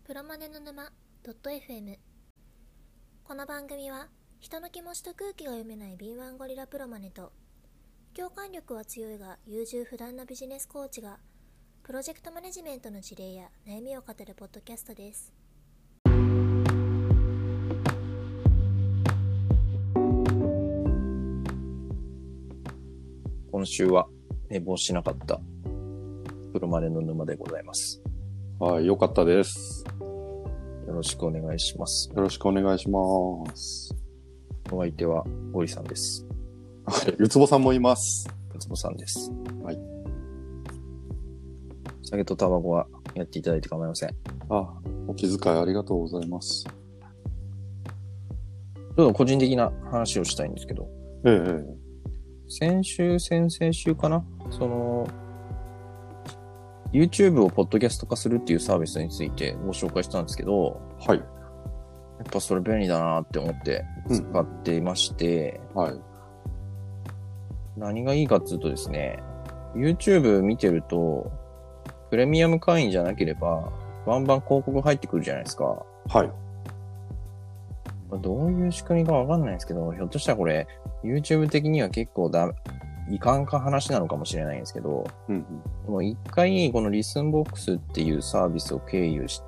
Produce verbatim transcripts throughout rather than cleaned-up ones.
プロマネの沼 .fm。 この番組は人の気持ちと空気が読めない敏腕ゴリラプロマネと共感力は強いが優柔不断なビジネスコーチがプロジェクトマネジメントの事例や悩みを語るポッドキャストです。 今週は寝坊しなかったプロマネの沼でございます。 はい、よかったです。 よろしくお願いします。 よろしくお願いします。 お相手はゴリさんです。 はい、ウツボさんもいます。 ウツボさんです。 はい。 酒とタバコはやっていただいて構いません。 あ、お気遣いありがとうございます。 ちょっと個人的な話をしたいんですけど。 ええ。 先週、先々週かな、その、YouTube をポッドキャスト化するっていうサービスについてご紹介したんですけど、 はい。 やっぱそれ便利だなって思って使っていまして、 うん、はい。 何がいいかっていうとですね、YouTube 見てると、プレミアム会員じゃなければ、バンバン広告入ってくるじゃないですか。 はい。 どういう仕組みかわかんないんですけど、ひょっとしたらこれ、YouTube 的には結構だ、いかんか話なのかもしれないんですけど、 うんうん、 この一回、このリスンボックスっていうサービスを経由して、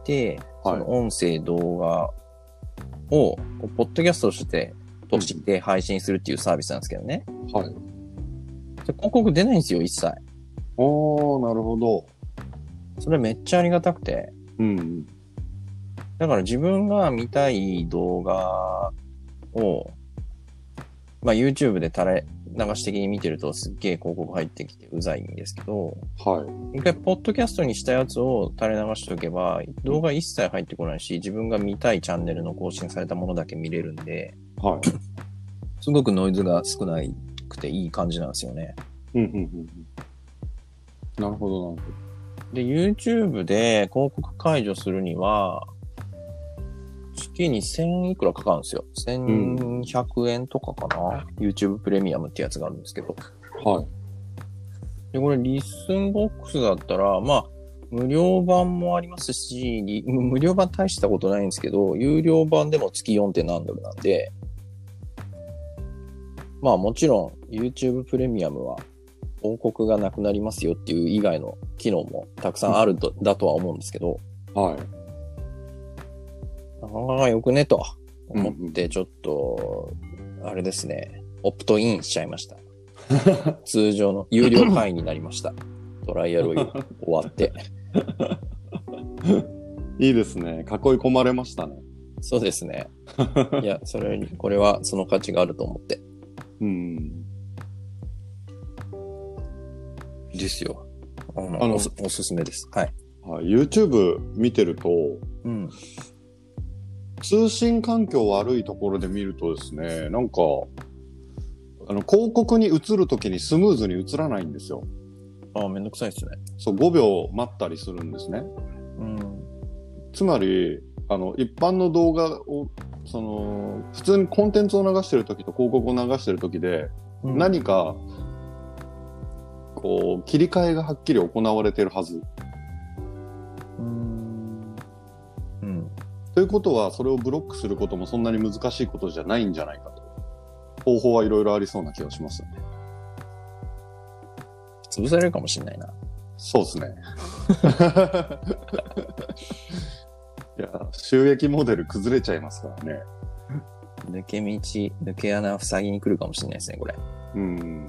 はい、その音声、動画を、ポッドキャストとして、として配信するっていうサービスなんですけどね。 はい。 広告出ないんですよ、一切。 おー、なるほど。 それめっちゃありがたくて。 うん、うん。 だから自分が見たい動画を、まあ YouTube で垂れ流し的に見てるとすっげえ広告入ってきてうざいんですけど、 はい。 一回ポッドキャストにしたやつを垂れ流しておけば、動画一切入ってこないし、自分が見たいチャンネルの更新されたものだけ見れるんで、 はい。 すごくノイズが少なくていい感じなんですよね。 うんうんうん。なるほどなるほど。で、YouTube で広告解除するには、月にせんいくらかかるんですよ。せんひゃくえんとかかな、うん、YouTube プレミアムってやつがあるんですけど。 はい。 で、これリスンボックスだったら、まあ、無料版もありますし、無料版大したことないんですけど、有料版でも月 よん. 何ドルなんで、まあもちろん YouTube プレミアムは広告がなくなりますよっていう以外の機能もたくさんあると、だとは思うんですけど、 はい。 ああ、よくねと思って、ちょっと、うんうん、あれですね、オプトインしちゃいました。通常の有料会員になりました。トライアル終わって。 いいですね。囲い込まれましたね。 そうですね。いや、それに、これはその価値があると思って。 うん。 ですよ。あの、あのおす、おすすめです。はい。 はい、YouTube 見てると、 うん。 通信環境悪いところで見るとですね、なんか、あの、広告に映るときにスムーズに映らないんですよ。 ああ、めんどくさいですね。 そう、ごびょう待ったりするんですね。 うん。 つまり、あの、一般の動画を、その、普通にコンテンツを流してるときと広告を流してるときで、うん、何か、こう、切り替えがはっきり行われてるはず。 うん。うん。 ということは、それをブロックすることもそんなに難しいことじゃないんじゃないかと。方法はいろいろありそうな気がしますよね。 潰されるかもしれないな。 そうですね。いや、収益モデル崩れちゃいますからね。 抜け道、抜け穴塞ぎに来るかもしれないですね、これ。 うん。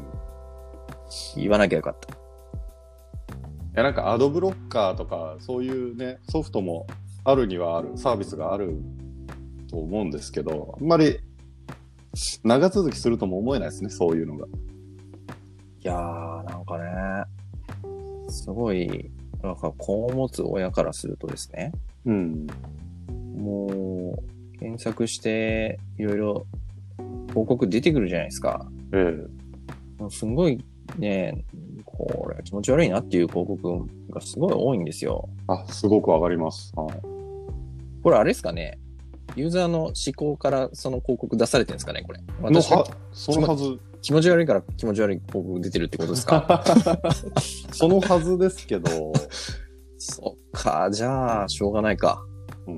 言わなきゃよかった。いや、なんかアドブロッカーとか、そういうね、ソフトもあるにはある、サービスがあると思うんですけど、あんまり長続きするとも思えないですね、そういうのが。 いやー、なんかね、すごい、なんか子を持つ親からするとですね、 うん、 もう検索していろいろ広告出てくるじゃないですか。 ええ、 もうすごいね、これ気持ち悪いなっていう広告がすごい多いんですよ。 あ、すごくわかります。はい、 これあれですかね、ユーザーの思考からその広告出されてるんですかね、これ。 私はそのはず。 気持ち悪いから気持ち悪い広告出てるってことですか。 そのはずですけど。 そっか、じゃあしょうがないか。 うん、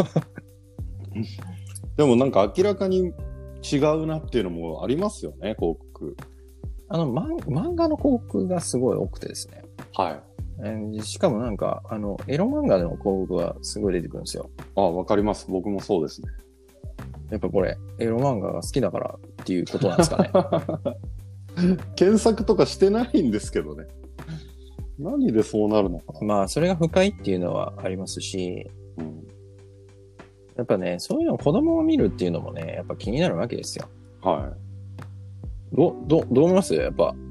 でもなんか明らかに違うなっていうのもありますよね、広告。 あの、ま、漫画の広告がすごい多くてですね。 はい。 えーしかもなんか、あの、エロ漫画の広告がすごい出てくるんですよ。 あ、わかります。僕もそうですね。 やっぱこれ、エロ漫画が好きだからっていうことなんですかね。 検索とかしてないんですけどね。何でそうなるのかな。 まあ、それが不快っていうのはありますし、 うん、 やっぱね、そういうのを子供を見るっていうのもね、やっぱ気になるわけですよ。 はど、ど、どう思いますやっぱ、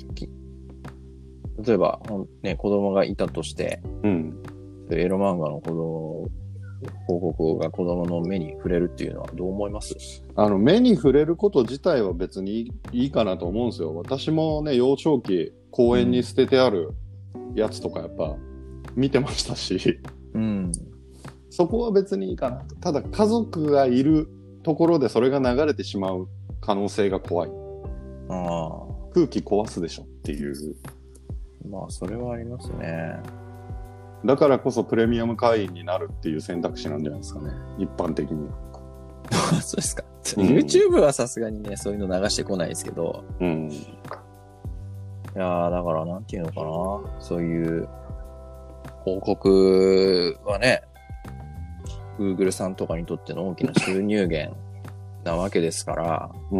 例えば、ね、子供がいたとして、 い。うん。 エロ漫画の子供、広告が子供の目に触れるっていうのはどう思います？ あの、目に触れること自体は別にいい、いいかなと思うんですよ。私もね、幼少期、公園に捨ててあるやつとかやっぱ見てましたし、 うん。 そこは別にいいかなと。ただ家族がいるところでそれが流れてしまう可能性が怖い。 ああ。 空気壊すでしょっていう。 まあ、それはありますね。 だからこそプレミアム会員になるっていう選択肢なんじゃないですかね。一般的に。 そうですか。 うん、 YouTube はさすがにね、そういうの流してこないですけど。 うん。 いやー、だからなんていうのかな。そういう広告はね、Google さんとかにとっての大きな収入源なわけですから、 うん。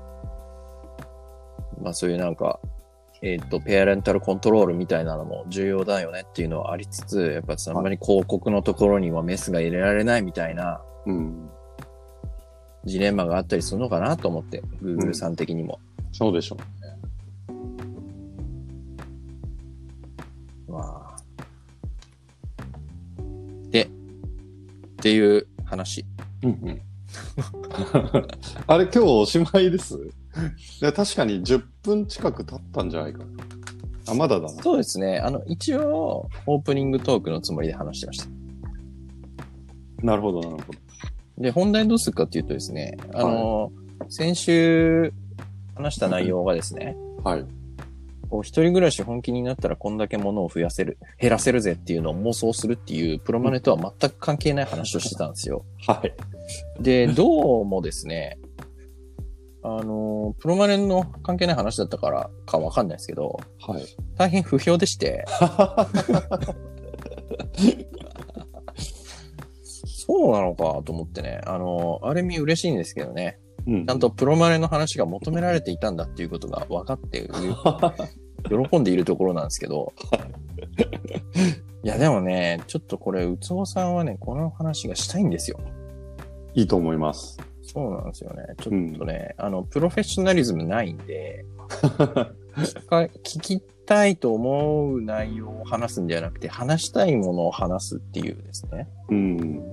まあそういうなんか、えっと、ペアレンタルコントロールみたいなのも重要だよねっていうのはありつつ、やっぱあんまり広告のところにはメスが入れられないみたいな、ジレンマがあったりするのかなと思って、Google さん的にも。 うん、そうでしょうね。 まあ。で、っていう話。 うんうん、あれ、今日おしまいです。いや確かにじゅっぷん近く経ったんじゃないかな。あ、まだだな。 そうですね。あの、一応、オープニングトークのつもりで話してました。 なるほど、なるほど。 で、本題どうするかっていうとですね、あの、はい、先週話した内容がですね、 はい。 こう一人暮らし本気になったらこんだけ物を増やせる、減らせるぜっていうのを妄想するっていうプロマネとは全く関係ない話をしてたんですよ。 はい。 で、どうもですね、あの、プロマネの関係ない話だったからかわかんないですけど、 はい。 大変不評でして、そうなのかと思ってね、あの、ある意味嬉しいんですけどね、うん、ちゃんとプロマネの話が求められていたんだっていうことが分かって喜んでいるところなんですけど、いやでもね、ちょっとこれ、うつぼさんはね、この話がしたいんですよ。 いいと思います。 そうなんですよね。ちょっとね、うん、あの、プロフェッショナリズムないんで、聞きたいと思う内容を話すんじゃなくて、話したいものを話すっていうですね。 うん。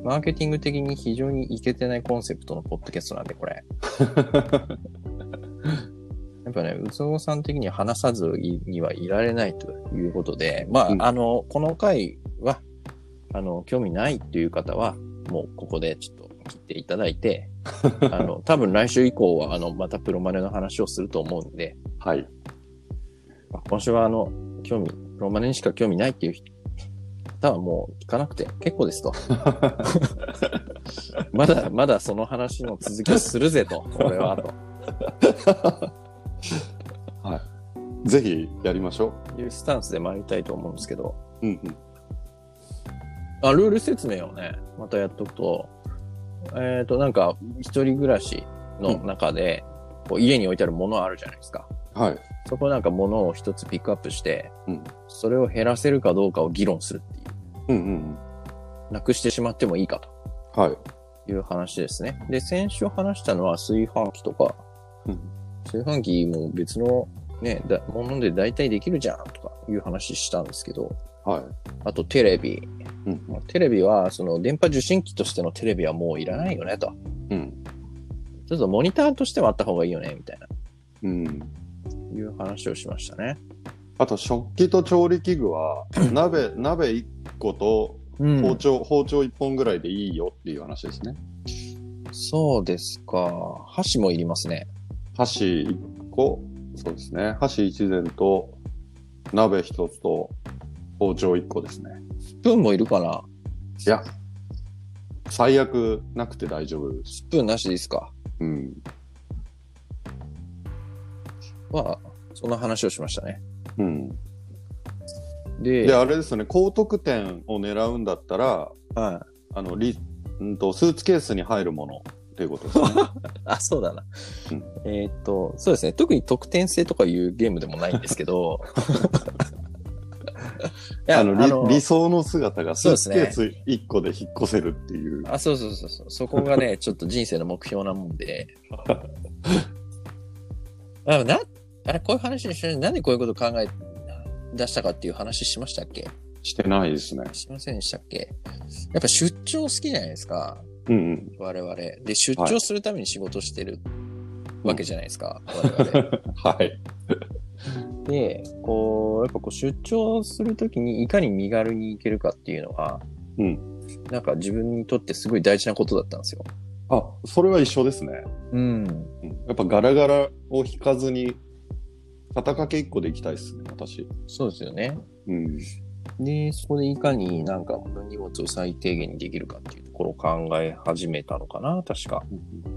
マーケティング的に非常にイケてないコンセプトのポッドキャストなんで、これ。やっぱね、うつぼさん的には話さずにはいられないということで、まあ、うん、あの、この回は、あの、興味ないっていう方は、もうここでちょっと切っていただいて、あの、多分来週以降は、あの、またプロマネの話をすると思うんで、 はい。 今週は、あの、興味、プロマネにしか興味ないっていう方はもう聞かなくて結構ですと。まだ、まだその話の続きをするぜと、これは、と。 はい。ぜひやりましょう。いうスタンスで参りたいと思うんですけど。 うんうん。 あ、ルール説明をね、またやっとくと、えっと、なんか、一人暮らしの中で、うん、こう家に置いてあるものあるじゃないですか。 はい。 そこなんか物を一つピックアップして、 うん、 それを減らせるかどうかを議論するっていう。 うんうんうん。 なくしてしまってもいいかと。 はい。 いう話ですね。で、先週話したのは炊飯器とか、うん、炊飯器も別のね、だもので大体できるじゃんとかいう話したんですけど、 はい。 あとテレビ。 うん、 テレビは、その電波受信機としてのテレビはもういらないよねと。 うん。 ちょっとモニターとしてはあった方がいいよね、みたいな。 うん。 いう話をしましたね。 あと食器と調理器具は、鍋、鍋いっこと包丁、うん、包丁いっぽんぐらいでいいよっていう話ですね。 そうですか。箸もいりますね。 箸いっこ、そうですね。箸いちぜんと鍋ひとつと包丁いっこですね。 スプーンもいるかな？ いや、最悪なくて大丈夫です。 スプーンなしでいいですか？ うん。 まあ、そんな話をしましたね。 うん。 で、 で、あれですね、高得点を狙うんだったら、 はい。 あの、リ、んと、スーツケースに入るものっていうことですね。 あ、そうだな。 うん、 えーっと、そうですね。特に得点制とかいうゲームでもないんですけど、いやあの理あの理想の姿がスーツそうですねケースいっこで引っ越せるっていう。 あ、そうそうそうそう。そこがね、ちょっと人生の目標なもんで。あな、あれ、こういう話にして、なんでこういうこと考え出したかっていう話しましたっけ？ してないですね。 しませんでしたっけ？やっぱ出張好きじゃないですか。 うんうん。 我々。で、出張するために仕事してるわけじゃないですか。我々。 はい。 で、こう、やっぱこう出張するときにいかに身軽に行けるかっていうのは、 うん。 なんか自分にとってすごい大事なことだったんですよ。 あ、それは一緒ですね。 うん。 やっぱガラガラを引かずに、肩掛け一個で行きたいですね、私。 そうですよね。 うん。 で、そこでいかになんか荷物を最低限にできるかっていうところを考え始めたのかな、確か。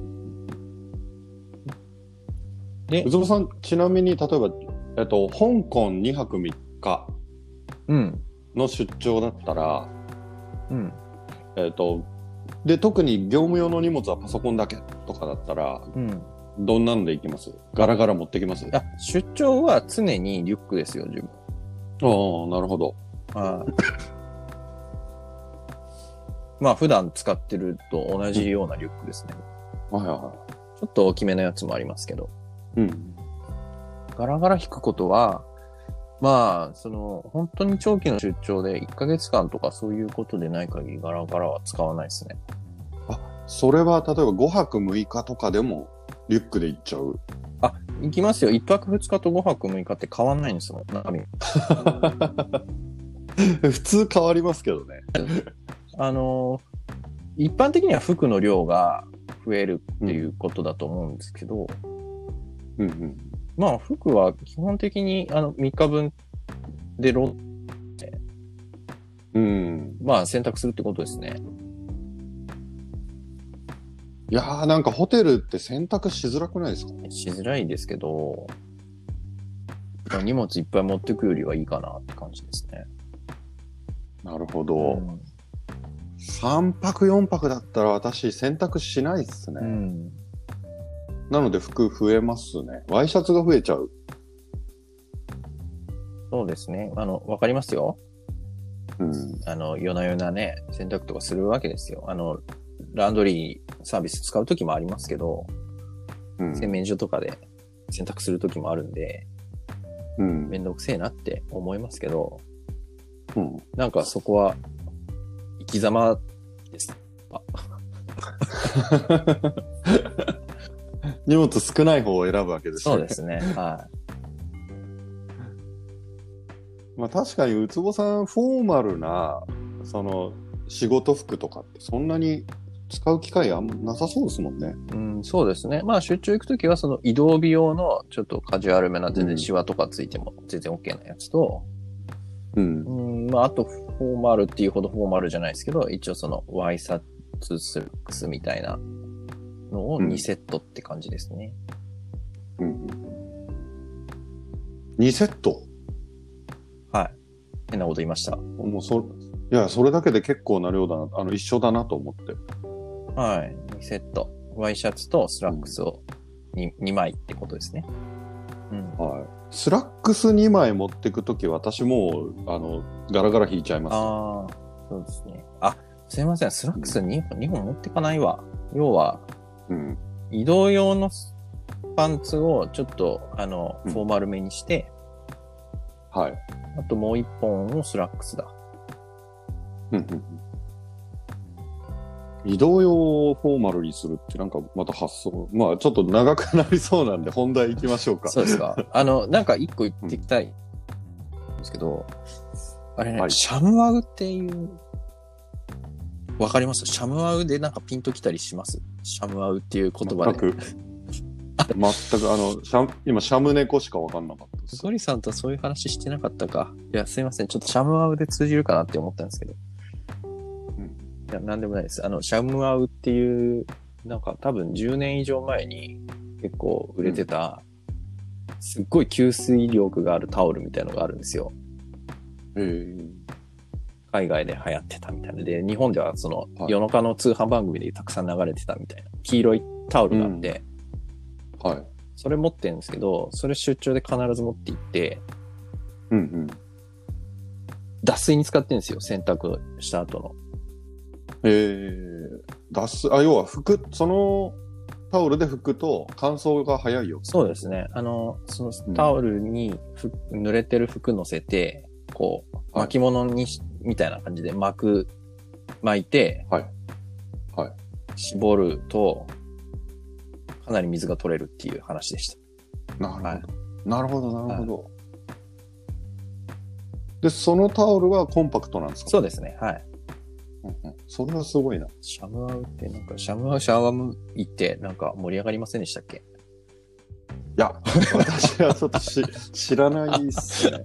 で、 うずぼさん、ちなみに、例えば、えっと、香港にはくみっかうん。 の出張だったら、 うん。 えっと、で、特に業務用の荷物はパソコンだけとかだったら、 うん。 どんなので行きます？ガラガラ持ってきます？ あ、出張は常にリュックですよ、自分。 ああ、なるほど。 はい。まあ、普段使ってると同じようなリュックですね。 はいはちょっと大きめのやつもありますけど。 い。うん。 ガラガラ引くことは、まあ、その、本当に長期の出張でいっかげつかんとかそういうことでない限りガラガラは使わないですね。 あ、それは例えばごはくむいかとかでもリュックで行っちゃう？ あ、行きますよ。いっぱくふつかとごはくむいかって変わんないんですもん、中身。 普通変わりますけどね。 あの、一般的には服の量が増えるっていうことだと思うんですけど、 うんうん。 まあ、服は基本的にあのみっかぶんでロうん。 まあ選択するってことですね。 いやーなんかホテルって選択しづらくないですか？ しづらいですけど、荷物いっぱい持ってくよりはいいかなって感じですね。 なるほど。 うん、 さんぱくよんぱくだったら私選択しないっすね。 うん、 なので服増えますね。ワイシャツが増えちゃう。 そうですね。あの、わかりますよ。 うん。 あの、夜な夜なね、洗濯とかするわけですよ。あの、ランドリーサービス使うときもありますけど、うん、洗面所とかで洗濯するときもあるんで、うん、めんどくせえなって思いますけど、うん、なんかそこは生き様です。 荷物少ない方を選ぶわけですね。そうですね。はい。 まあ確かにウツボさんフォーマルなその仕事服とかってそんなに使う機会あんまなさそうですもんね。 うん、そうですね。まあ出張行くときはその移動日用のちょっとカジュアルめな全然シワとかついても全然 OK なやつと、うん、うんまああとフォーマルっていうほどフォーマルじゃないですけど、一応そのワイシャツスラックスみたいなのをにセットって感じですね。 うん。うん、にセット？ はい。変なこと言いました。 もうそ、いや、それだけで結構な量だな、あの、一緒だなと思って。 はい。にセット。ワイシャツとスラックスを 2,、うん、にまいってことですね。 うん。はい。スラックスにまい持ってくとき、私もう、あの、ガラガラ引いちゃいます。 ああ、そうですね。あ、すいません。スラックス 2, 2本持ってかないわ。要は、うん、移動用のパンツをちょっと、あの、フォーマルめにして、 うん、はい。 あともう一本のスラックスだ。 うんうん、移動用をフォーマルにするってなんかまた発想。まあちょっと長くなりそうなんで本題行きましょうか。 そうですか。あの、なんか一個言ってきたいんですけど、うん、あれね、はい、シャムワウっていう、わかります？シャムワウでなんかピンときたりします？シャムワウっていう言葉で。 全く。全く、あの、シャ今、シャム猫しかわかんなかったです。 ゴリさんとそういう話してなかったか。いや、すいません。ちょっとシャムワウで通じるかなって思ったんですけど。 うん、 や、なんでもないです。あの、シャムアウっていう、なんか多分じゅうねん以上前に結構売れてた、うん、すっごい吸水力があるタオルみたいのがあるんですよ。 へー。 海外で流行ってたみたいな。で、日本ではその、 はい、 夜中の通販番組でたくさん流れてたみたいな。黄色いタオルがあって、 うん、はい。 それ持ってるんですけど、それ出張で必ず持って行って、 うんうん。 脱水に使ってるんですよ、洗濯した後の。 えー、脱水、あ、要は拭く、そのタオルで拭くと乾燥が早いよ。 そうですね。あの、そのタオルにふ、うん、濡れてる服乗せて、こう、巻物にし、はい、みたいな感じで巻く、巻いて、 はい。はい。 絞ると、かなり水が取れるっていう話でした。 なるほど。はい、なるほど、なるほど。はい、で、そのタオルはコンパクトなんですか？ そうですね。はい。 うんうん、それはすごいな。 シャムアウってなんか、シャムアウ、シャワム行ってなんか盛り上がりませんでしたっけ？ いや、私はちょっとし知らないっすね。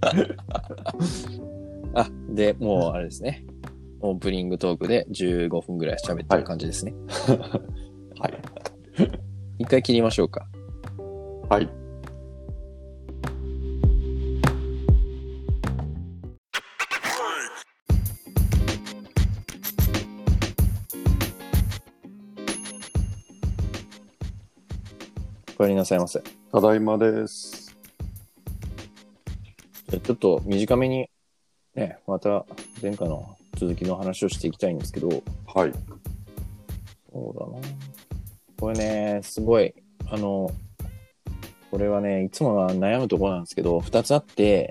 あ、で、もうあれですね。オープニングトークでじゅうごふんぐらい喋ってる感じですね。 はい。はい、 一回切りましょうか。 はい。 お帰りなさいませ。 ただいまです。 じゃちょっと短めにね、また前回の続きの話をしていきたいんですけど。 はい。 そうだな。これね、すごい、あの、これはね、いつもは悩むところなんですけど、二つあって、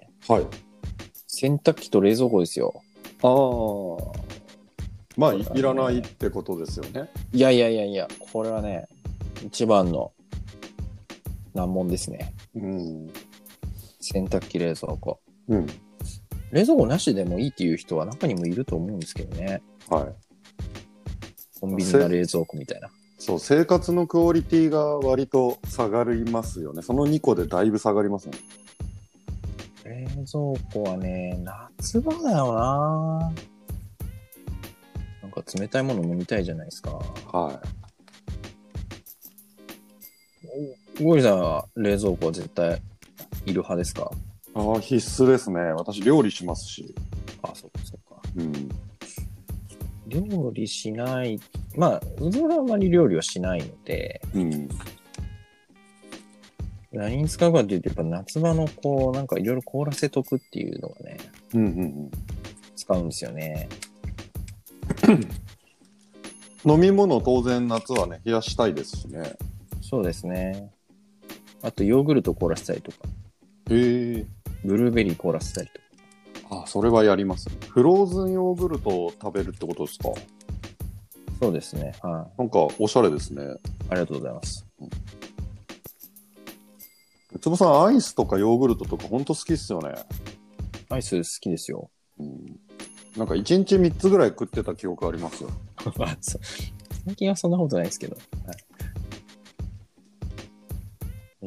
はい。 洗濯機と冷蔵庫ですよ。 ああ。まあ、ね、いらないってことですよね。 いやいやいやいや、これはね、一番の難問ですね。 うん。 洗濯機、冷蔵庫。 うん。 冷蔵庫なしでもいいっていう人は中にもいると思うんですけどね。 はい。 コンビニの冷蔵庫みたいな。 そう、生活のクオリティが割と下がりますよね。そのにこでだいぶ下がりますね。 冷蔵庫はね、夏場だよな。なんか冷たいもの飲みたいじゃないですか。 はい。 ゴリさんは冷蔵庫は絶対いる派ですか？ ああ、必須ですね。私料理しますし。 あ、そうかそうか。 うん。 料理しない、まあ、うずらはあまり料理はしないので、 うん。 何に使うかっていうと、やっぱ夏場のこう、なんかいろいろ凍らせとくっていうのがね、 うんうんうん、 使うんですよね。 飲み物当然夏はね、冷やしたいですしね。 そうですね。あとヨーグルト凍らせたりとか。 へえ。 ブルーベリー凍らせたりとか。あ、それはやりますね。フローズンヨーグルトを食べるってことですか？ そうですね。はい。 なんかおしゃれですね。 ありがとうございます。 うん、つぼさん、アイスとかヨーグルトとかほんと好きっすよね。 アイス好きですよ。 うん。なんかいちにちみっつぐらい食ってた記憶ありますよ。 最近はそんなことないですけど。はい、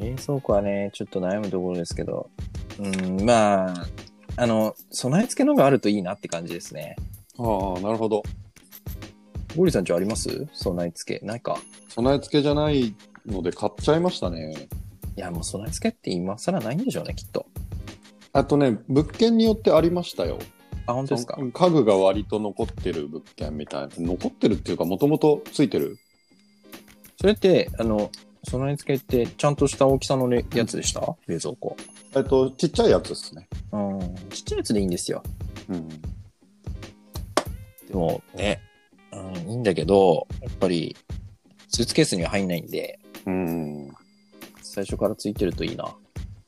冷蔵庫はね、ちょっと悩むところですけど。うん、まあ、あの、備え付けのがあるといいなって感じですね。 ああ、なるほど。 ゴリさんちあります？備え付け。ないか。 備え付けじゃないので買っちゃいましたね。 いや、もう備え付けって今更ないんでしょうね、きっと。 あとね、物件によってありましたよ。 あ、本当ですか？ 家具が割と残ってる物件みたいな。残ってるっていうか、もともとついてる。 それって、あの、備え付けってちゃんとした大きさのやつでした？冷蔵庫。 えっと、ちっちゃいやつですね。 うん。ちっちゃいやつでいいんですよ。 うん。 でもね、うん、いいんだけど、やっぱり、スーツケースには入んないんで、 うん。 最初からついてるといいな。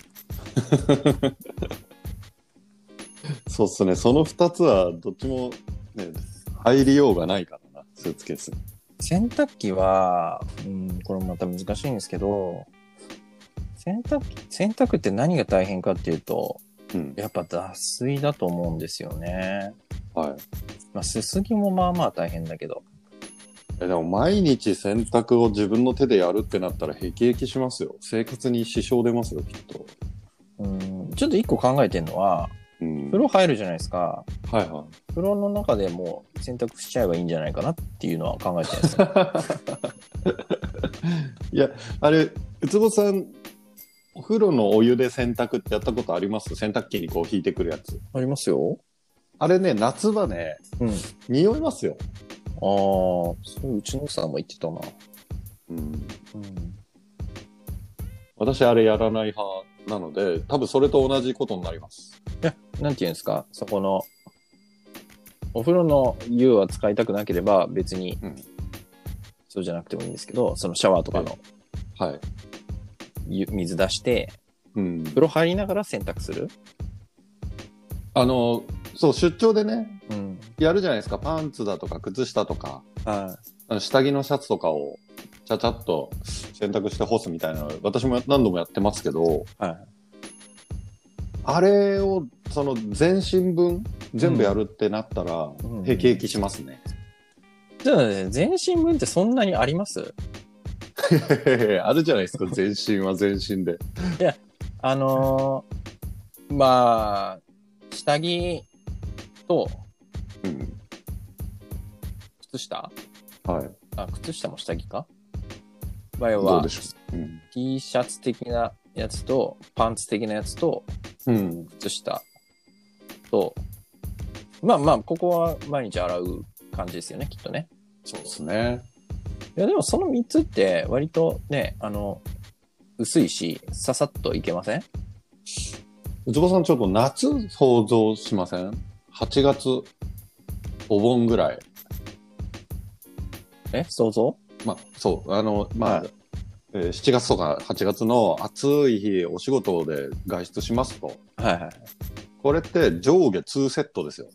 そうっすね。その二つはどっちも、ね、入りようがないからな、スーツケース。 洗濯機は、うん、これまた難しいんですけど、洗濯機、洗濯って何が大変かっていうと、うん、やっぱ脱水だと思うんですよね。 はい。 まあ、すすぎもまあまあ大変だけど。 え、でも毎日洗濯を自分の手でやるってなったらへきへきしますよ。生活に支障出ますよ、きっと。 うん、ちょっと一個考えてるのは、 うん。 風呂入るじゃないですか。 はいはい。 風呂の中でもう洗濯しちゃえばいいんじゃないかなっていうのは考えてるんですよ。 いや、あれ、ウツボさん、お風呂のお湯で洗濯ってやったことあります？洗濯機にこう引いてくるやつ。 ありますよ。 あれね、夏場ね、 うん。あ匂いますよ。 あ、そううちの奥さんも言ってたな。 うん。 うん。 私あれやらない派なので、多分それと同じことになります。 いや、なんていうんですか、そこの、お風呂の湯は使いたくなければ別に、 うん、 そうじゃなくてもいいんですけど、そのシャワーとかのはい。 湯水出して、 うん。 風呂入りながら洗濯する。 あの、そう、出張でね、 うん。 やるじゃないですか。パンツだとか靴下とか、 はあの下着のシャツとかをちゃちゃっと洗濯して干すみたいなの私も何度もやってますけど、 い。はい。 あれをその全身分全部やるってなったら、 うんへきへきしますね。 じゃあね、全身分ってそんなにあります？ あるじゃないですか、全身は全身で。 あのー、まあ、下着とうん。 靴下はい。 あ、靴下も下着か場合どうはで、しょう。うん。 T シャツ的なやつと、パンツ的なやつと、 うん。 靴下と、まあまあ、ここは毎日洗う感じですよね、きっとね。 そうですね。 いや、でもそのみっつって割とね、あの、薄いし、ささっといけません？ ウツボさんちょっと夏想像しません？ はち 月、お盆ぐらい。 え想像？ まあ、そう、あの、まあ、 はいえーしちがつとかはちがつの暑い日、お仕事で外出しますと。 はいはい。 これって上下にセットですよ。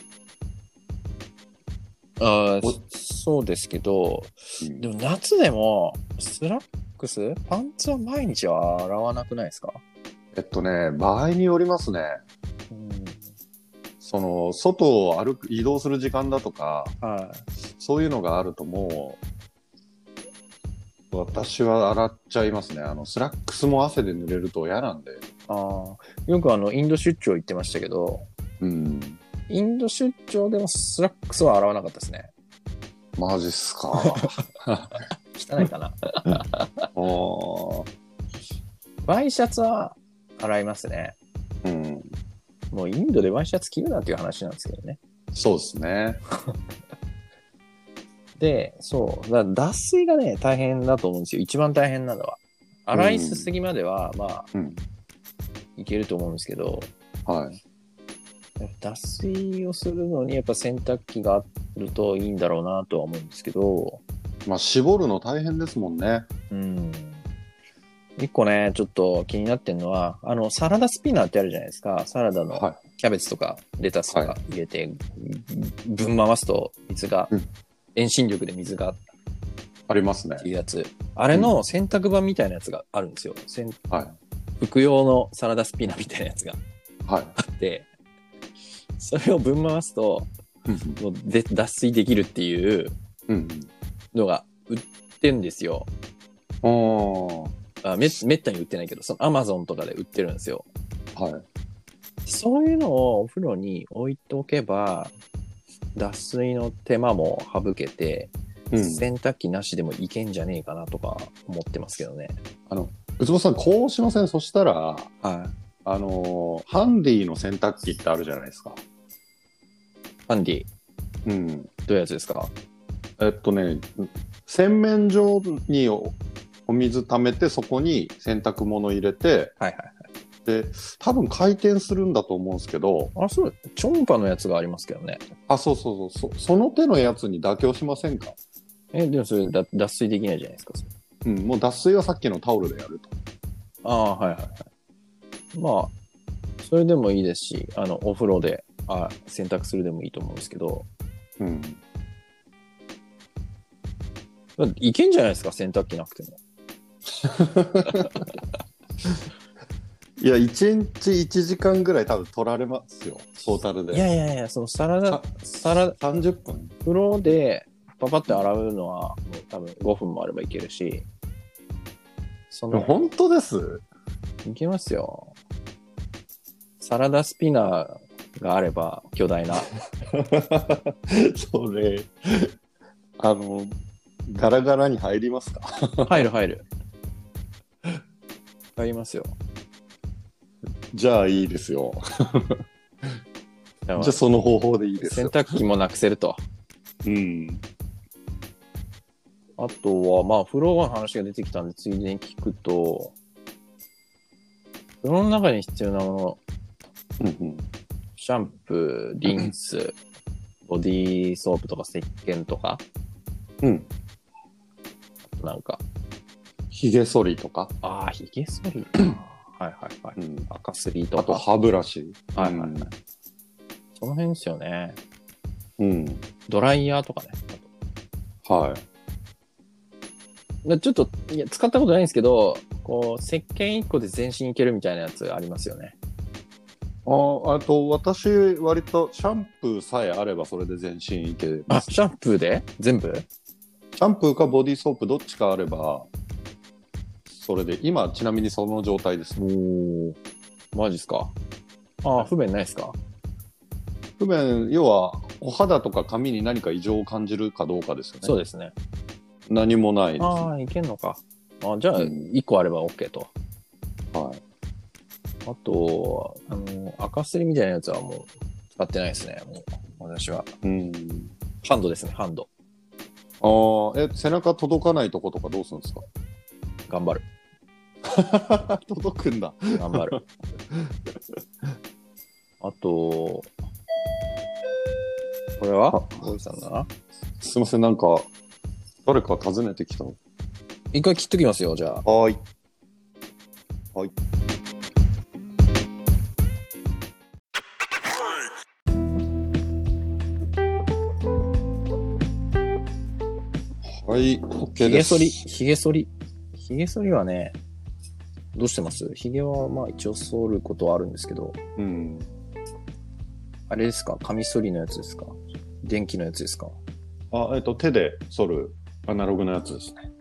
あおそうですけど、 うんでも夏でも、スラックスパンツは毎日は洗わなくないですか？ えっとね、場合によりますね。 うん。 その、外を歩く、移動する時間だとか、 はい。 そういうのがあるともう、私は洗っちゃいますね。あの、スラックスも汗で濡れると嫌なんで。 ああ、よくあの、インド出張行ってましたけど、 うん。 インド出張でもスラックスは洗わなかったですね。 マジっすか。 汚いかな。 おーワイシャツは洗いますね。 うん。 もうインドでワイシャツ着るなっていう話なんですけどね。 そうですね。 で、そう。だから脱水がね、大変だと思うんですよ。一番大変なのは。洗いすすぎまでは、まあ、 うん。 いけると思うんですけど、 はい。 脱水をするのにやっぱ洗濯機があるといいんだろうなとは思うんですけど、 まあ、絞るの大変ですもんね。 うん。一個ね、ちょっと気になってるのは、あの、サラダスピナーってあるじゃないですか。サラダのはキャベツとかレタスとか入れて、ぶん回すと水が、 うん遠心力で水がい。ありますねって。いうやつ。あれの洗濯版みたいなやつがあるんですよ。洗はい。 服用のサラダスピナーみたいなやつがはい。 あって、それをぶん回すと、もうで脱水できるっていううん。 のが売ってんですよ。 おー。 あめめったに売ってないけど、そのアマゾンとかで売ってるんですよ。 はい。 そういうのをお風呂に置いておけば、脱水の手間も省けて、 うん。 洗濯機なしでもいけんじゃねえかなとか思ってますけどね。 あの、うつぼさん、こうしません？そしたら、 はい。 あのーハンディの洗濯機ってあるじゃないですか。 ハンディ、 うん。 どういうやつですか？ えっとね、洗面所におお水溜めて、そこに洗濯物入れて、 はいはい。 で、多分回転するんだと思うんですけど、 あ、そう、超音波のやつがありますけどね。 あ、そうそうそう、そその手のやつに妥協しませんか？ え、でもそれだ脱水できないじゃないですか。それうん、もう脱水はさっきのタオルでやると。 ああ、はいはいはい。まあ、それでもいいですし、あの、お風呂で、あ、洗濯するでもいいと思うんですけど、 うん。 いけんじゃないですか、洗濯機なくても。 いや、いちにちいちじかんぐらい多分取られますよ、トータルで。 いやいやいや、そのサラダさ、 サラダ、 さんじゅっぷん。 風呂でパパって洗うのは、もう多分ごふんもあればいけるし、その、 本当です？ いけますよ。 サラダスピナーがあれば、巨大な。 それ、あの、ガラガラに入りますか？ 入る入る。入りますよ。 じゃあいいですよ。じゃあその方法でいいですよ。 洗濯機もなくせると。 うん。 あとは、まあ、風呂の話が出てきたんで、ついでに聞くと、風呂の中に必要なもの、 うんうん、 シャンプー、リンス、ボディーソープとか石鹸とか、 うん。 なんか、 髭剃りとか。 ああ、髭剃りか。はいはいはい。うん、赤すりとか。 あと歯ブラシ。 はいはいはい。うん、その辺ですよね。 うん。 ドライヤーとかね。 はい。 ちょっと、いや、使ったことないんですけど、こう、石鹸いっこで全身いけるみたいなやつありますよね。 ああと、私、割とシャンプーさえあればそれで全身いけます。 あ、シャンプーで全部？ シャンプーかボディーソープどっちかあれば、それで、今、ちなみにその状態です。 おー。マジっすか？ああ、不便ないっすか？ 不便、要は、お肌とか髪に何か異常を感じるかどうかですよね。 そうですね。 何もないです、ね。 ああ、いけんのか。あじゃあ、いっこあれば OK と。 はい。 あと、あの、赤すりみたいなやつはもう使ってないですね。もう、私は。 うん。 ハンドですね、ハンド。 ああ、え、背中届かないとことかどうするんですか？ 頑張る。 届くんだ。 頑張る。あと、これはどうしたんだな？ すいません、なんか、誰か訪ねてきたの？ 一回切っときますよ、じゃあ。 はい。はい。はい、OK です。 髭剃り、髭剃り。髭剃りはね、どうしてます？髭はまあ一応剃ることはあるんですけど。 うん。 あれですか？カミソリのやつですか？電気のやつですか？ あ、えっと、手で剃るアナログのやつですね。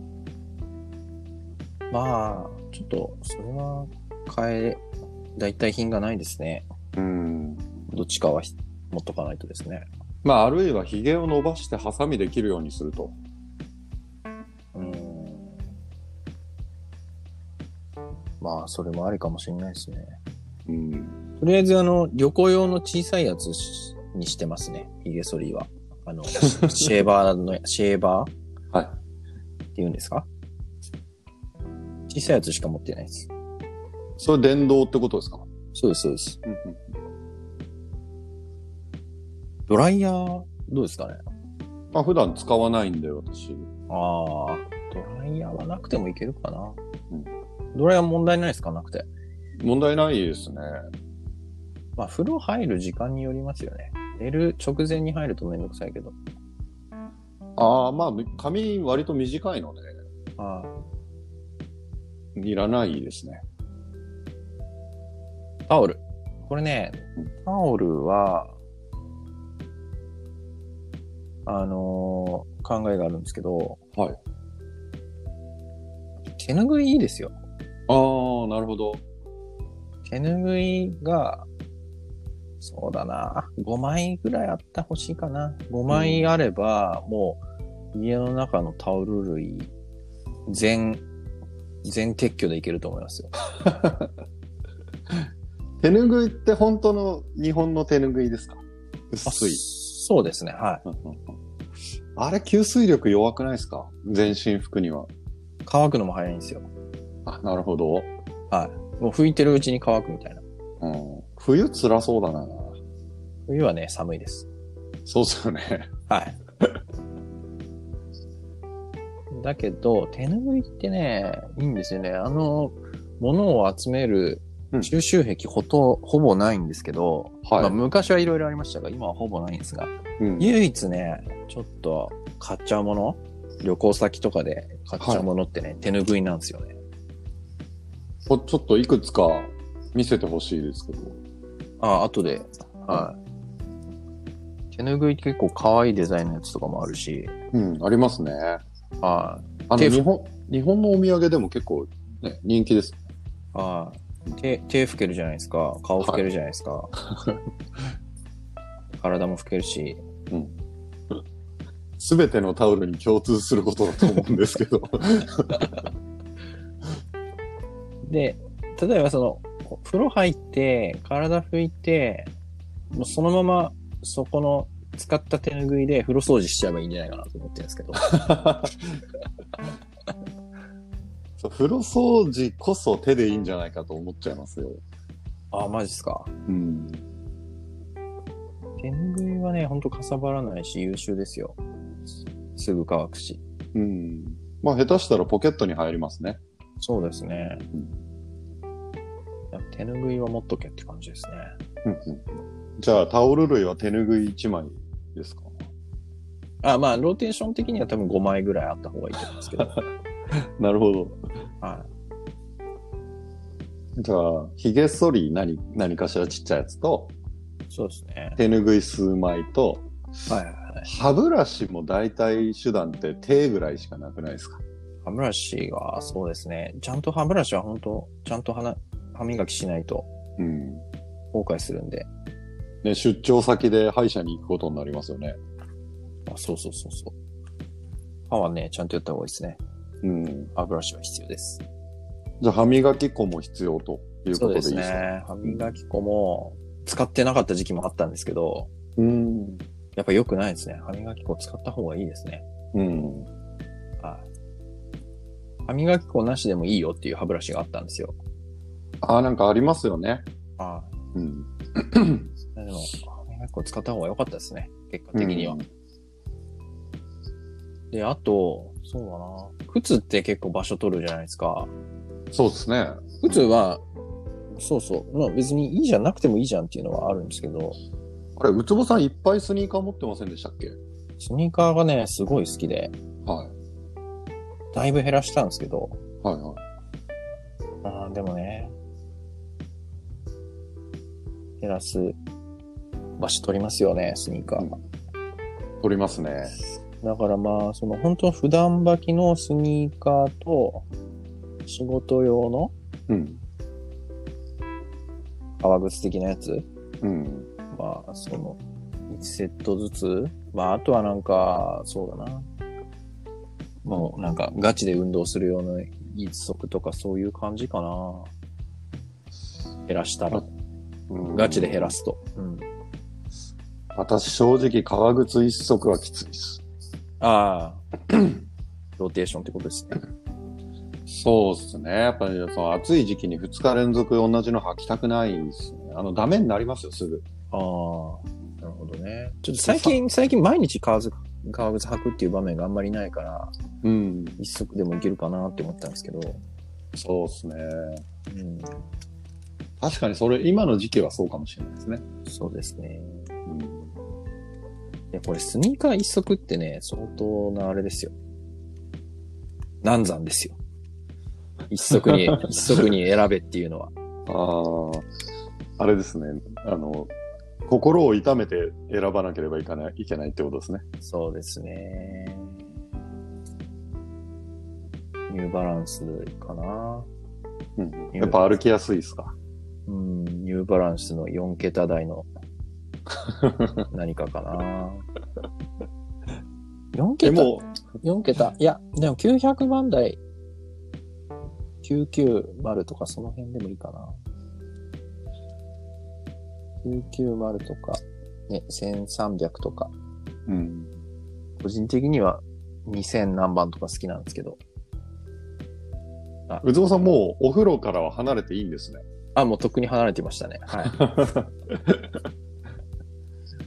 まあ、ちょっと、それは、変え、代替品がないですね。 うん。 どっちかは持っとかないとですね。 まあ、あるいは髭を伸ばしてハサミで切るようにすると。 うーん。まあ、それもありかもしれないですね。 うん。 とりあえず、あの、旅行用の小さいやつにしてますね。髭剃りは。あの、シェーバーの、シェーバーはい。 って言うんですか？小さいやつしか持ってないです。 それ電動ってことですか？ そうです、そうです。 うんうん、 ドライヤー、どうですかね？ まあ普段使わないんで、私。 ああ、ドライヤーはなくてもいけるかな。 うん、 ドライヤー問題ないですか？なくて。 問題ないですね。 まあ風呂入る時間によりますよね。寝る直前に入るとめんどくさいけど。 ああ、まあ髪割と短いので。 ああ。 いらないですね。 タオル。これね、タオルは、あのー、考えがあるんですけど、 はい。 手ぬぐいいいですよ。 ああ、なるほど。 手ぬぐいが、そうだな、ごまいぐらいあってほしいかな。ごまいあれば、うん、もう、家の中のタオル類、全、全撤去でいけると思いますよ。 手ぬぐいって本当の日本の手ぬぐいですか？薄い。 そうですね、はい。 あれ吸水力弱くないですか？全身服には。 乾くのも早いんですよ。 あ、なるほど。 はい。もう拭いてるうちに乾くみたいな。 うん。冬辛そうだな。 冬はね、寒いです。 そうですよね。 はい。だけど、手ぬぐいってね、いいんですよね。あの、物を集める収集癖ほと、ほぼないんですけど、はい、まあ、昔はいろいろありましたが、今はほぼないんですが、うん、唯一ね、ちょっと買っちゃうもの、旅行先とかで買っちゃうものってね、はい、手ぬぐいなんですよね。 ちょっといくつか見せてほしいですけど。 あ、後で。はい。手ぬぐい結構可愛いデザインのやつとかもあるし。 うん、ありますね。 はい。 あの、日本、日本のお土産でも結構ね、人気です。 はい。 手、手拭けるじゃないですか。顔拭けるじゃないですか。体も拭けるし。 うん。すべてのタオルに共通することだと思うんですけど。 で、例えばその、風呂入って、体拭いて、もうそのままそこの使った手拭いで風呂掃除しちゃえばいいんじゃないかなと思ってるんですけど。 そう、風呂掃除こそ手でいいんじゃないかと思っちゃいますよ。 ああ、マジっすか。 うん。 手拭いはね、ほんとかさばらないし優秀ですよ。すぐ乾くし。 うん。まあ下手したらポケットに入りますね。 そうですね。 うん、 手拭いは持っとけって感じですね。 うんうん、じゃあタオル類は手拭いいちまいですか？ あ、まあローテーション的には多分ごまいぐらいあった方がいいと思うんですけど。 なるほど。 はい。 じゃあ髭剃り何何かしらちっちゃいやつと、 そうですね。 手拭い数枚と、 はいはいはい。 歯ブラシも大体手段って手ぐらいしかなくないですか？ 歯ブラシがそうですね。ちゃんと歯ブラシは本当ちゃんと歯歯磨きしないと後悔するんで、 うん、ね、出張先で歯医者に行くことになりますよね。 あ、そうそうそうそう。歯はねちゃんとやった方がいいですね。うん。歯ブラシは必要です。 じゃあ歯磨き粉も必要ということでいいですか？そうですね。歯磨き粉も使ってなかった時期もあったんですけど、 うん。 やっぱ良くないですね。歯磨き粉使った方がいいですね。 うん。 はい。歯磨き粉なしでもいいよっていう歯ブラシがあったんですよ。 ああ、なんかありますよね。 ああ。 うん。 でも、歯磨き粉使った方が良かったですね。結果的には。うん、で、あと、そうだな。靴って結構場所取るじゃないですか。 そうですね。 靴は、うん、そうそう。まあ別にいいじゃなくてもいいじゃんっていうのはあるんですけど。 あれ、ウツボさんいっぱいスニーカー持ってませんでしたっけ？ スニーカーがね、すごい好きで。 はい。 だいぶ減らしたんですけど。 はいはい。 ああ、でもね。減らす場所取りますよね、スニーカー。うん、 取りますね。 だからまあ、その本当普段履きのスニーカーと、仕事用の、 うん。 革靴的なやつ。 うん。 まあ、その、いちセットずつ。まあ、あとはなんか、そうだな。もうなんか、ガチで運動するような一足とかそういう感じかな。減らしたら。うん、ガチで減らすと。うん。 私、正直、革靴一足はきついです。 ああ。ローテーションってことですね。 そうですね。やっぱり、その暑い時期にふつか連続同じの履きたくないですね。あの、ダメになりますよ、すぐ。 ああ。なるほどね。ちょっと最近、最近毎日革靴、革靴履くっていう場面があんまりないから、 うん。 一足でもいけるかなって思ったんですけど。 そうですね。 うん。 確かにそれ、今の時期はそうかもしれないですね。 そうですね。 うん。いや、これスニーカー一足ってね、相当なあれですよ。難産ですよ。一足に、一足に選べっていうのは。 ああ、あれですね。あの、心を痛めて選ばなければいけない、いけないってことですね。 そうですね。ニューバランスかな。 うん。やっぱ歩きやすいですか？ うん、ニューバランスのよん桁台の何かかな。よん桁？もうよん桁。いや、でもきゅうひゃくばん台。きゅうきゅうまるとかその辺でもいいかな。きゅうきゅうまるとか、ね、せんさんびゃくとか。 うん。 個人的にはにせん何番とか好きなんですけど。 あ、うつぼさんもうお風呂からは離れていいんですね。 あ、もうとっくに離れてましたね。はい。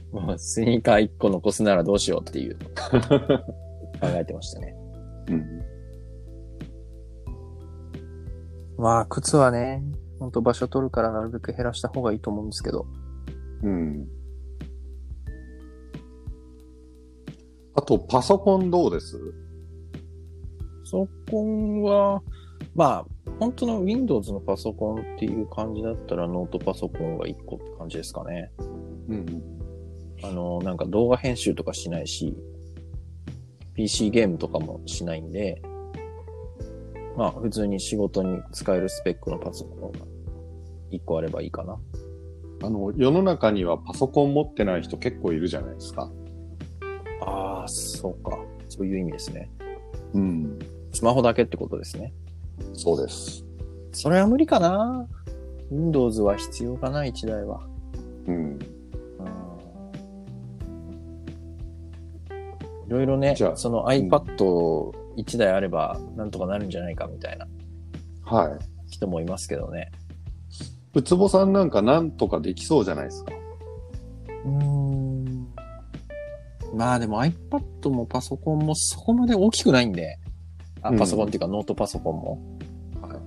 もうスニーカーいっこ残すならどうしようっていう考えてましたね。 うん。 まあ、靴はね、ほんと場所取るからなるべく減らした方がいいと思うんですけど。 うん。あと、パソコンどうです？ パソコンは、まあ、本当の Windows のパソコンっていう感じだったらノートパソコンがいっこって感じですかね。 うん。 あの、なんか動画編集とかしないし、ピーシー ゲームとかもしないんで、まあ普通に仕事に使えるスペックのパソコンがいっこあればいいかな。 あの、世の中にはパソコン持ってない人結構いるじゃないですか。 ああ、そうか。そういう意味ですね。 うん。 スマホだけってことですね。 そうです。 それは無理かな。Windows は必要かな、一台は。 うん。 いろいろね、 じゃあその iPad 一台あればなんとかなるんじゃないかみたいなはい。 人もいますけどね。 うつぼさんなんかなんとかできそうじゃないですか。 うーん。まあでも iPad もパソコンもそこまで大きくないんで。あ、パソコンっていうかノートパソコンも。 はい。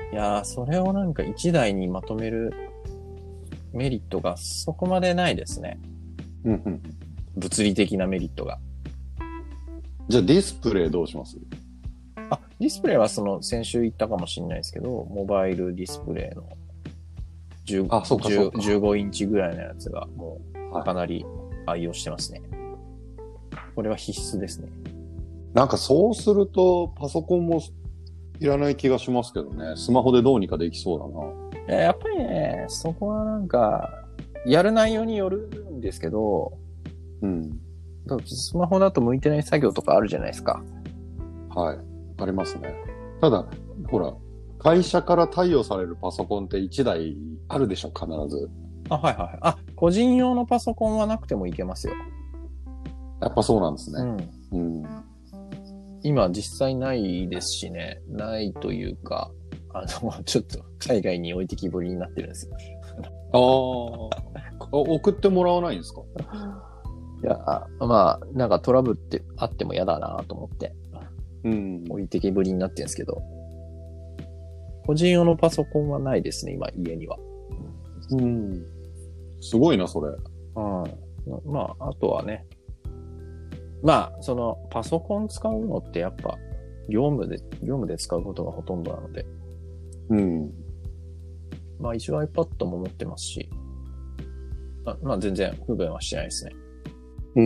いやー、それをなんか一台にまとめるメリットがそこまでないですね。 うんうん。 物理的なメリットが。 じゃあディスプレイどうします？ あ、ディスプレイはその先週言ったかもしれないですけど、モバイルディスプレイのじゅうあ、そうかそうか。 じゅうごインチぐらいのやつがもうはいかなり愛用してますね。これは必須ですね。 なんかそうするとパソコンもいらない気がしますけどね。スマホでどうにかできそうだな。 やっぱりね、そこはなんか、やる内容によるんですけど、 うん。 スマホだと向いてない作業とかあるじゃないですか。 はい。ありますね。ただ、ほら、会社から貸与されるパソコンっていちだいあるでしょ、必ず。 あ、はいはい。あ、個人用のパソコンはなくてもいけますよ。 やっぱそうなんですうね。 ん。 うん。 今実際ないですしね。ないというか、あの、ちょっと海外に置いてきぼりになってるんですよ。 ああ。送ってもらわないんですか？ いや、まあ、なんかトラブルってあっても嫌だなと思って、 うん。 置いてきぼりになってるんですけど、個人用のパソコンはないですね、今、家には。 うん。すごいな、それ。 うん。まあ、あとはね、まあ、その、パソコン使うのってやっぱ、業務で、業務で使うことがほとんどなので、 うん。 まあ一応 iPad も持ってますし、あまあ全然不便はしてないですね。 うん。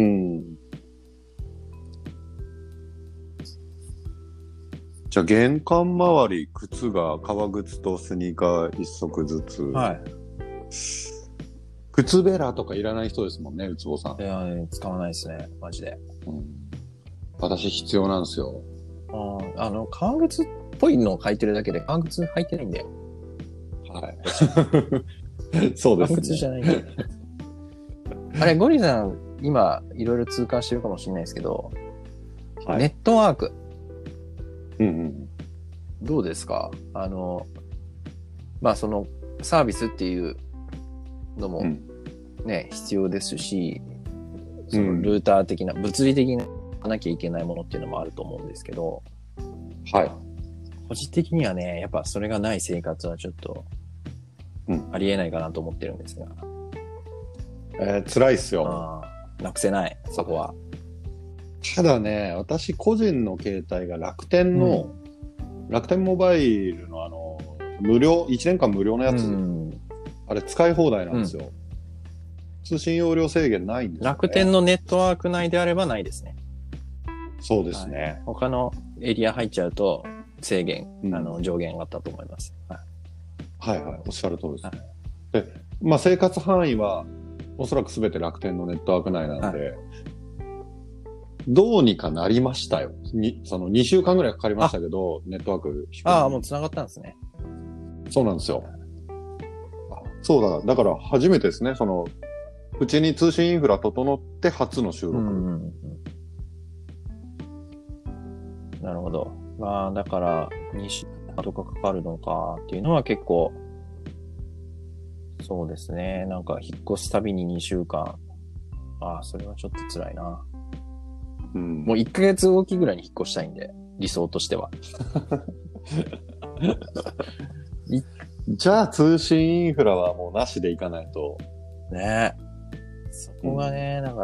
じゃあ玄関周り、靴が革靴とスニーカー一足ずつ。 はい。 靴べらとかいらない人ですもんね、うつぼさん。 いや、使わないですね、マジで。 うん、私必要なんですよ。 ああの、革靴っぽいのを履いてるだけで、革靴履いてないんだよ。 はい。そうですね。 革靴じゃないんだよ。あれ、ゴリさん、今、いろいろ通過してるかもしれないですけど、はい、ネットワーク。 うんうん。 どうですか？あの、まあ、その、サービスっていうのもね、うん、必要ですし、そのルーター的な、うん、物理的ななきゃいけないものっていうのもあると思うんですけど、 はい。 個人的にはね、やっぱそれがない生活はちょっと、うん、ありえないかなと思ってるんですが。 えー、辛いっすよ。 あなくせない、そこは。 ただね、私個人の携帯が楽天の、うん、楽天モバイルのあの、無料、いちねんかん無料のやつ、うん、あれ使い放題なんですよ。うん、通信容量制限ないんですよね。 楽天のネットワーク内であればないですね。 そうですね。 はい、他のエリア入っちゃうと制限、うん、あの上限があったと思います。はい、 はいはい、おっしゃる通りです。はい、で、まあ生活範囲はおそらく全て楽天のネットワーク内なので、はい、どうにかなりましたよ。に、そのにしゅうかんぐらいかかりましたけど、ネットワーク。 ああ、もう繋がったんですね。 そうなんですよ。そうだ、だから初めてですね、その、うちに通信インフラ整って初の収録。うんうんうん、 なるほど。まあ、だから、にしゅうかんとかかかるのかっていうのは結構、そうですね。なんか、引っ越すたびににしゅうかん。ああ、それはちょっと辛いな。うん、もういっかげつおきぐらいに引っ越したいんで、理想としては。 じゃあ、通信インフラはもうなしでいかないと。 ねえ。そこがね、うん、だから。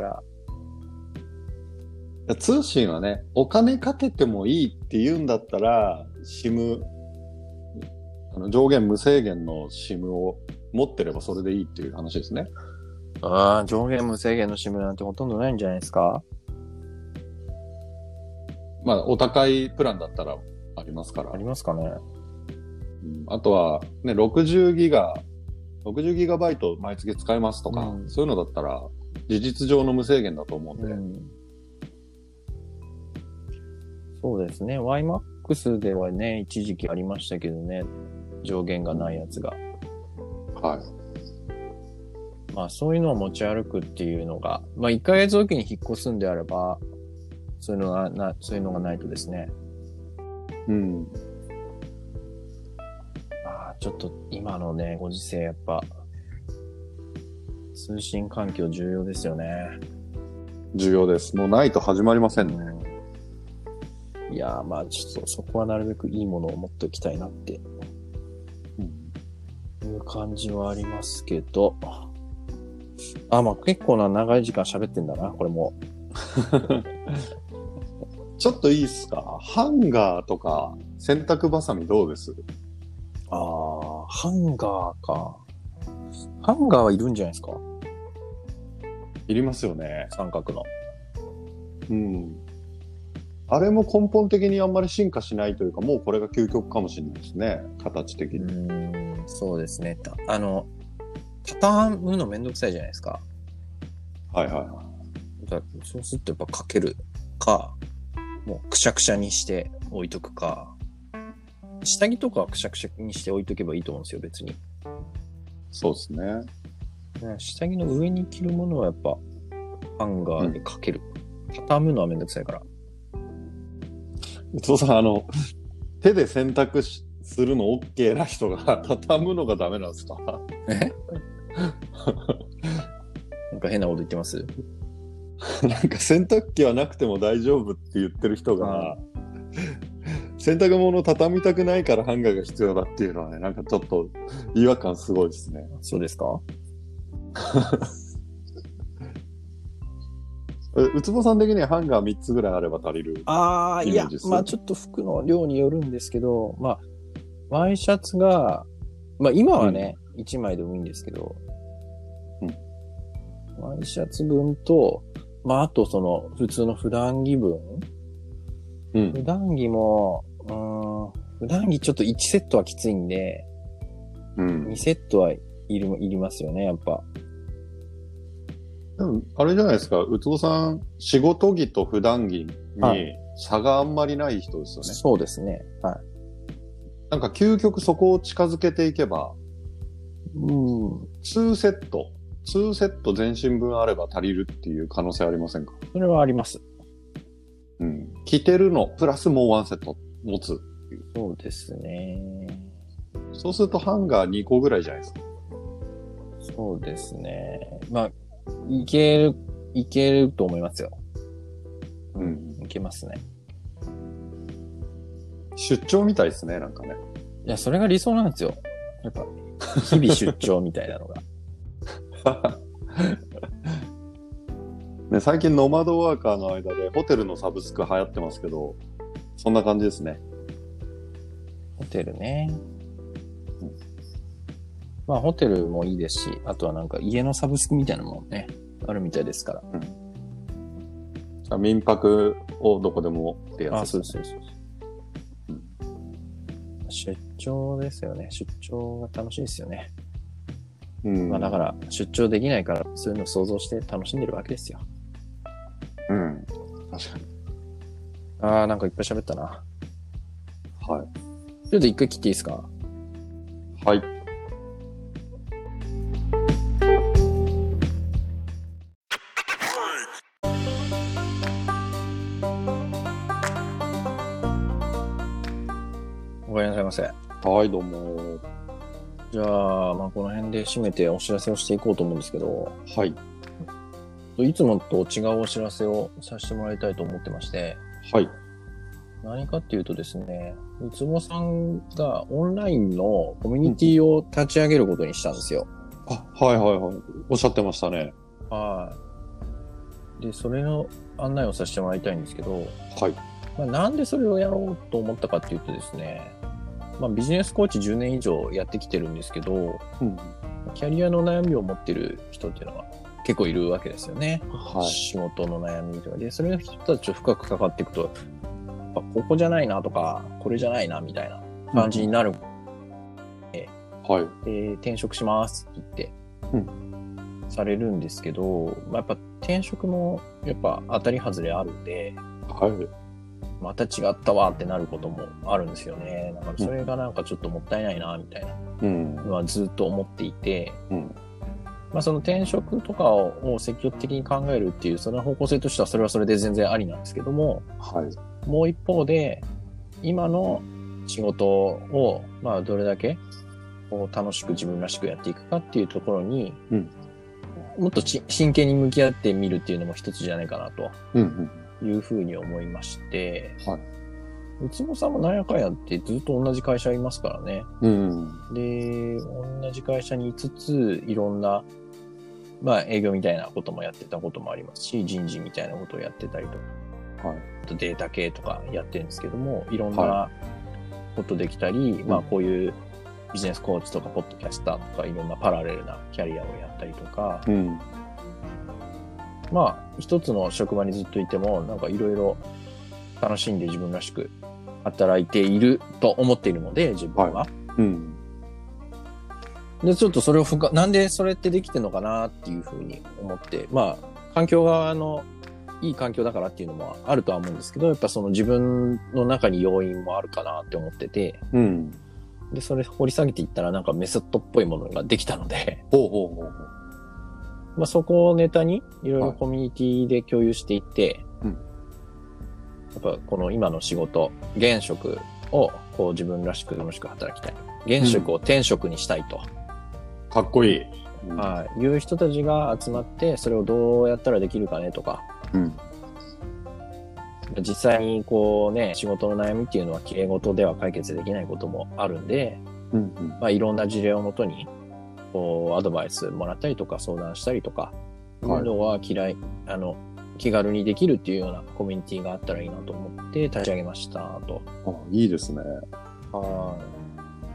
通信はね、お金かけてもいいって言うんだったら、SIM、あの上限無制限の SIM を持ってればそれでいいっていう話ですね。 ああ、上限無制限の SIM なんてほとんどないんじゃないですか？ まあ、お高いプランだったらありますから。 ありますかね。 うん、あとは、ね、ろくじゅうギガ、ろくじゅうギガバイト毎月使えますとか、うん、そういうのだったら、事実上の無制限だと思うんで。うん、 そうですね。ワイマックス ではね、一時期ありましたけどね、上限がないやつが。 はい。 まあそういうのを持ち歩くっていうのが、まあいっかげつおきに引っ越すんであれば、そういうのがな、そういうのがないとですね。 うん。 ああ、ちょっと今のね、ご時世やっぱ、通信環境重要ですよね。 重要です。もうないと始まりませんね。 うん、いやー、まあちょっとそこはなるべくいいものを持っておきたいなって、うん、いう感じはありますけど、あ、まあ結構な長い時間喋ってんだな、これも。 ちょっといいっすか？ハンガーとか洗濯バサミどうです？ ああ、ハンガーか。ハンガーはいるんじゃないですか？ いりますよね。 三角の。 うん。あれも根本的にあんまり進化しないというか、もうこれが究極かもしれないですね。形的に。 うーん、そうですね。たあの、畳むのめんどくさいじゃないですか。 はいはいはい。 だそうするとやっぱかけるか、もうくしゃくしゃにして置いとくか。下着とかはくしゃくしゃにして置いとけばいいと思うんですよ、別に。 そうですね。 下着の上に着るものはやっぱハンガーでかける。うん、畳むのはめんどくさいから。 伊藤さん、あの、手で洗濯しするの OK な人が畳むのがダメなんですか？ えなんか変なこと言ってます？ なんか洗濯機はなくても大丈夫って言ってる人が、洗濯物を畳みたくないからハンガーが必要だっていうのはね、なんかちょっと違和感すごいですね。 そうですか？ うつぼさん的にはハンガーみっつぐらいあれば足りるイメージです？ ああ、いや、まあちょっと服の量によるんですけど、まあ、ワイシャツが、まあ今はね、うん、いちまいでもいいんですけど、うん、ワイシャツ分と、まああとその普通の普段着分、うん、普段着も、うーん、普段着ちょっといちセットはきついんで、うん、にセットはいる、いりますよね、やっぱ。 でも、あれじゃないですか、うつぼさん、仕事着と普段着に差があんまりない人ですよね。 そうですね。はい。 なんか究極そこを近づけていけば、 うん。にセット、にセット全身分あれば足りるっていう可能性ありませんか？ それはあります。 うん。着てるの、プラスもうワンセット持つっていう。 そうですね。 そうするとハンガーにこぐらいじゃないですか。 そうですね。まあ、いける、いけると思いますよ。うん。いけますね。 出張みたいですね、なんかね。 いや、それが理想なんですよ。やっぱ、日々出張みたいなのが。 ね、最近ノマドワーカーの間でホテルのサブスク流行ってますけど、そんな感じですね。 ホテルね。うん、まあホテルもいいですし、あとはなんか家のサブスクみたいなのもね、あるみたいですから。うん、 じゃあ民泊をどこでもってやつですね。 あ、そうです、そうです。うん、出張ですよね。出張が楽しいですよね。うん、まあだから出張できないからそういうのを想像して楽しんでるわけですよ。 うん。確かに。 ああ、なんかいっぱい喋ったな。 はい。 ちょっと一回切っていいですか？ はい。 おかえりなさいませ。 はい、どうも。 じゃあ、まあこの辺で締めてお知らせをしていこうと思うんですけど。 はい。 いつもと違うお知らせをさせてもらいたいと思ってまして。 はい。 何かっていうとですね、うつぼさんがオンラインのコミュニティを立ち上げることにしたんですよ。 うん、あ、はいはいはい。おっしゃってましたね。 はい。で、それの案内をさせてもらいたいんですけど、 はい。 まあ、なんでそれをやろうと思ったかっていうとですね、まあ、ビジネスコーチじゅうねん以上やってきてるんですけど、うん、キャリアの悩みを持ってる人っていうのは結構いるわけですよね。はい、仕事の悩みとかで、それの人たちと深く関わっていくと、ここじゃないなとか、これじゃないなみたいな感じになるはい。 で、転職しますって言って、されるんですけど、まあ、やっぱ転職もやっぱ当たり外れあるんで、 はい。 また違ったわってなることもあるんですよね。だからそれがなんかちょっともったいないなみたいなうん。 のはずっと思っていて、 うん。 まあその転職とかを積極的に考えるっていうその方向性としてはそれはそれで全然ありなんですけども、 はい。 もう一方で今の仕事をまあどれだけこう楽しく自分らしくやっていくかっていうところに、うん、もっとち真剣に向き合ってみるっていうのも一つじゃないかなと。うんうんいうふうに思いまして、はい。うつぼさんもなんやかんやってずっと同じ会社いますからね。うん。で、同じ会社にいつつ、いろんな、まあ営業みたいなこともやってたこともありますし、人事みたいなことをやってたりとか、はい。あとデータ系とかやってるんですけども、いろんなことできたり、はい、まあこういうビジネスコーチとかポッドキャスターとかいろんなパラレルなキャリアをやったりとか、うん。まあ、一つの職場にずっといても、なんかいろいろ楽しんで自分らしく働いていると思っているので、自分は。はい、うん。で、ちょっとそれをふか、なんでそれってできてるのかなっていうふうに思って、まあ、環境が、あの、いい環境だからっていうのもあるとは思うんですけど、やっぱその自分の中に要因もあるかなって思ってて、うん。で、それ掘り下げていったらなんかメソッドっぽいものができたので、ほうほうほうほう。まあ、そこをネタにいろいろコミュニティで共有していって、はい、うん、やっぱこの今の仕事、現職をこう自分らしく楽しく働きたい。現職を転職にしたいと。 うん、かっこいい。 うん、はい。いう人たちが集まって、それをどうやったらできるかねとか。うん、実際にこうね、仕事の悩みっていうのは綺麗事では解決できないこともあるんで、うんうん、まあいろんな事例をもとに、こうアドバイスもらったりとか相談したりとか、いうのは嫌い、あの、気軽にできるっていうようなコミュニティがあったらいいなと思って立ち上げましたと。 あ、いいですね。 はい。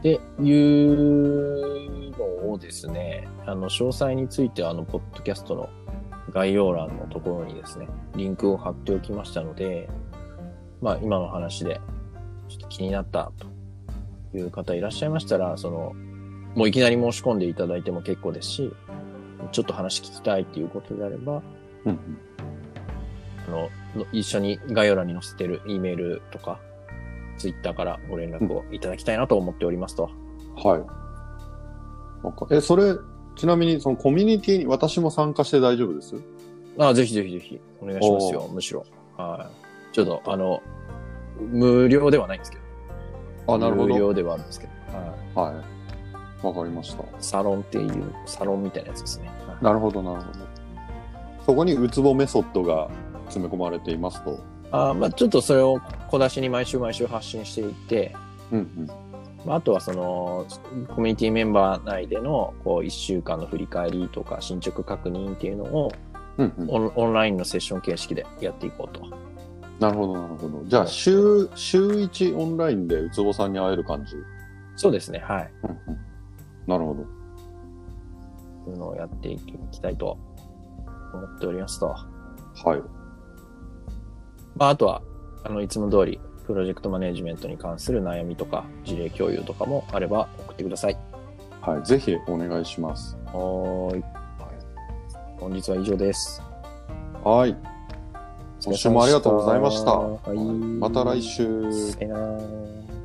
で、いうのをですね、あの、詳細についてはあの、ポッドキャストの概要欄のところにですね、リンクを貼っておきましたので、まあ今の話でちょっと気になったという方いらっしゃいましたら、その、もういきなり申し込んでいただいても結構ですし、ちょっと話聞きたいっていうことであれば、うんうん、あの、一緒に概要欄に載せてる E メールとか、ツイッターからご連絡をいただきたいなと思っておりますと。 うん、はい。なんか、え、それ、ちなみにそのコミュニティに私も参加して大丈夫です？ ああ、ぜひぜひぜひ、お願いしますよ、むしろ。はい。ちょっと、あの、無料ではないんですけど。 あ、なるほど。 無料ではあるんですけど。 はい。はい。わかりました。 サロンっていうサロンみたいなやつですね。 はい、なるほどなるほど。そこにウツボメソッドが詰め込まれていますと。 あ、まあちょっとそれを小出しに毎週毎週発信していって、うんうん。まあ、あとはそのコミュニティメンバー内でのこういっしゅうかんの振り返りとか進捗確認っていうのを、うんうん、オン、オンラインのセッション形式でやっていこうと。 なるほどなるほど。じゃあ週週いちオンラインでウツボさんに会える感じ？ そうですね。はい。うんうん、 なるほど。 そういうのをやっていきたいと思っておりますと。はい。まあ、あとは、あの、いつも通り、プロジェクトマネジメントに関する悩みとか、事例共有とかもあれば送ってください。 はい。ぜひお願いします。 はーい。はい、本日は以上です。 はい。今週もありがとうございました。はい。また来週。 さよなら。